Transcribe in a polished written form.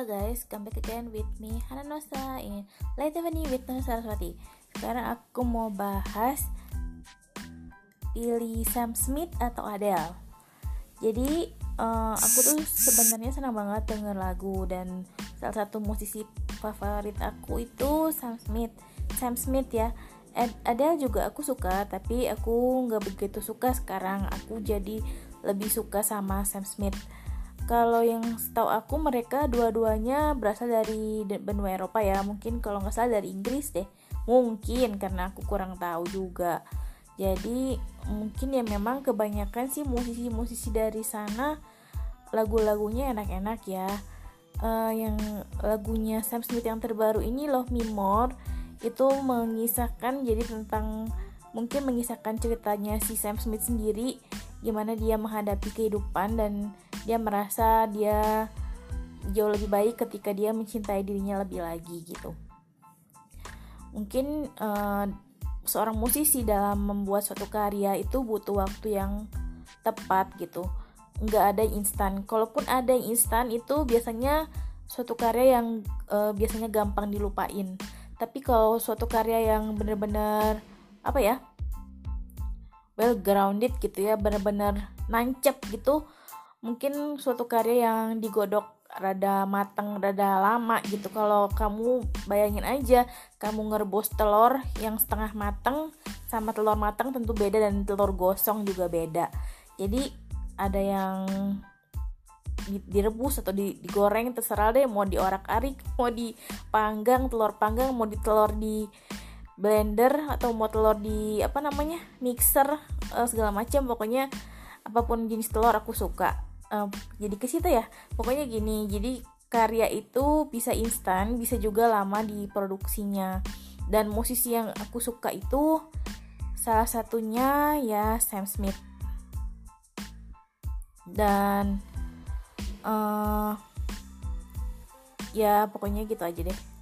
guys, come back again with me Hana Nosa in Light Avenue with Nosa Saraswati. Sekarang aku mau bahas pilih Sam Smith atau Adele. Jadi aku tuh sebenarnya senang banget denger lagu, dan salah satu musisi favorit aku itu Sam Smith ya. Adele juga aku suka, tapi aku nggak begitu suka sekarang. Aku jadi lebih suka sama Sam Smith. Kalau yang setahu aku mereka dua-duanya berasal dari benua Eropa ya. Mungkin kalau nggak salah dari Inggris deh. Mungkin, karena aku kurang tahu juga. Jadi mungkin ya memang kebanyakan sih musisi-musisi dari sana lagu-lagunya enak-enak ya. Yang lagunya Sam Smith yang terbaru ini Love Me More itu mengisahkan, jadi mungkin mengisahkan ceritanya si Sam Smith sendiri, gimana dia menghadapi kehidupan dan dia merasa dia jauh lebih baik ketika dia mencintai dirinya lebih lagi gitu. Mungkin seorang musisi dalam membuat suatu karya itu butuh waktu yang tepat gitu. Nggak ada instan. Kalaupun ada yang instan itu biasanya suatu karya yang biasanya gampang dilupain. Tapi kalau suatu karya yang benar-benar well grounded gitu ya, benar-benar nancep gitu, mungkin suatu karya yang digodok rada matang, rada lama gitu. Kalau kamu bayangin aja, kamu ngerebus telur yang setengah matang sama telur matang tentu beda, dan telur gosong juga beda. Jadi ada yang direbus atau digoreng, terserah deh, mau diorak-arik, mau dipanggang, telur panggang, mau telur di blender, atau mau telur di mixer, segala macam. Pokoknya apapun jenis telur aku suka. Jadi ke situ ya. Pokoknya gini, jadi karya itu bisa instan, bisa juga lama diproduksinya. Dan musisi yang aku suka itu salah satunya ya Sam Smith. Dan ya pokoknya gitu aja deh.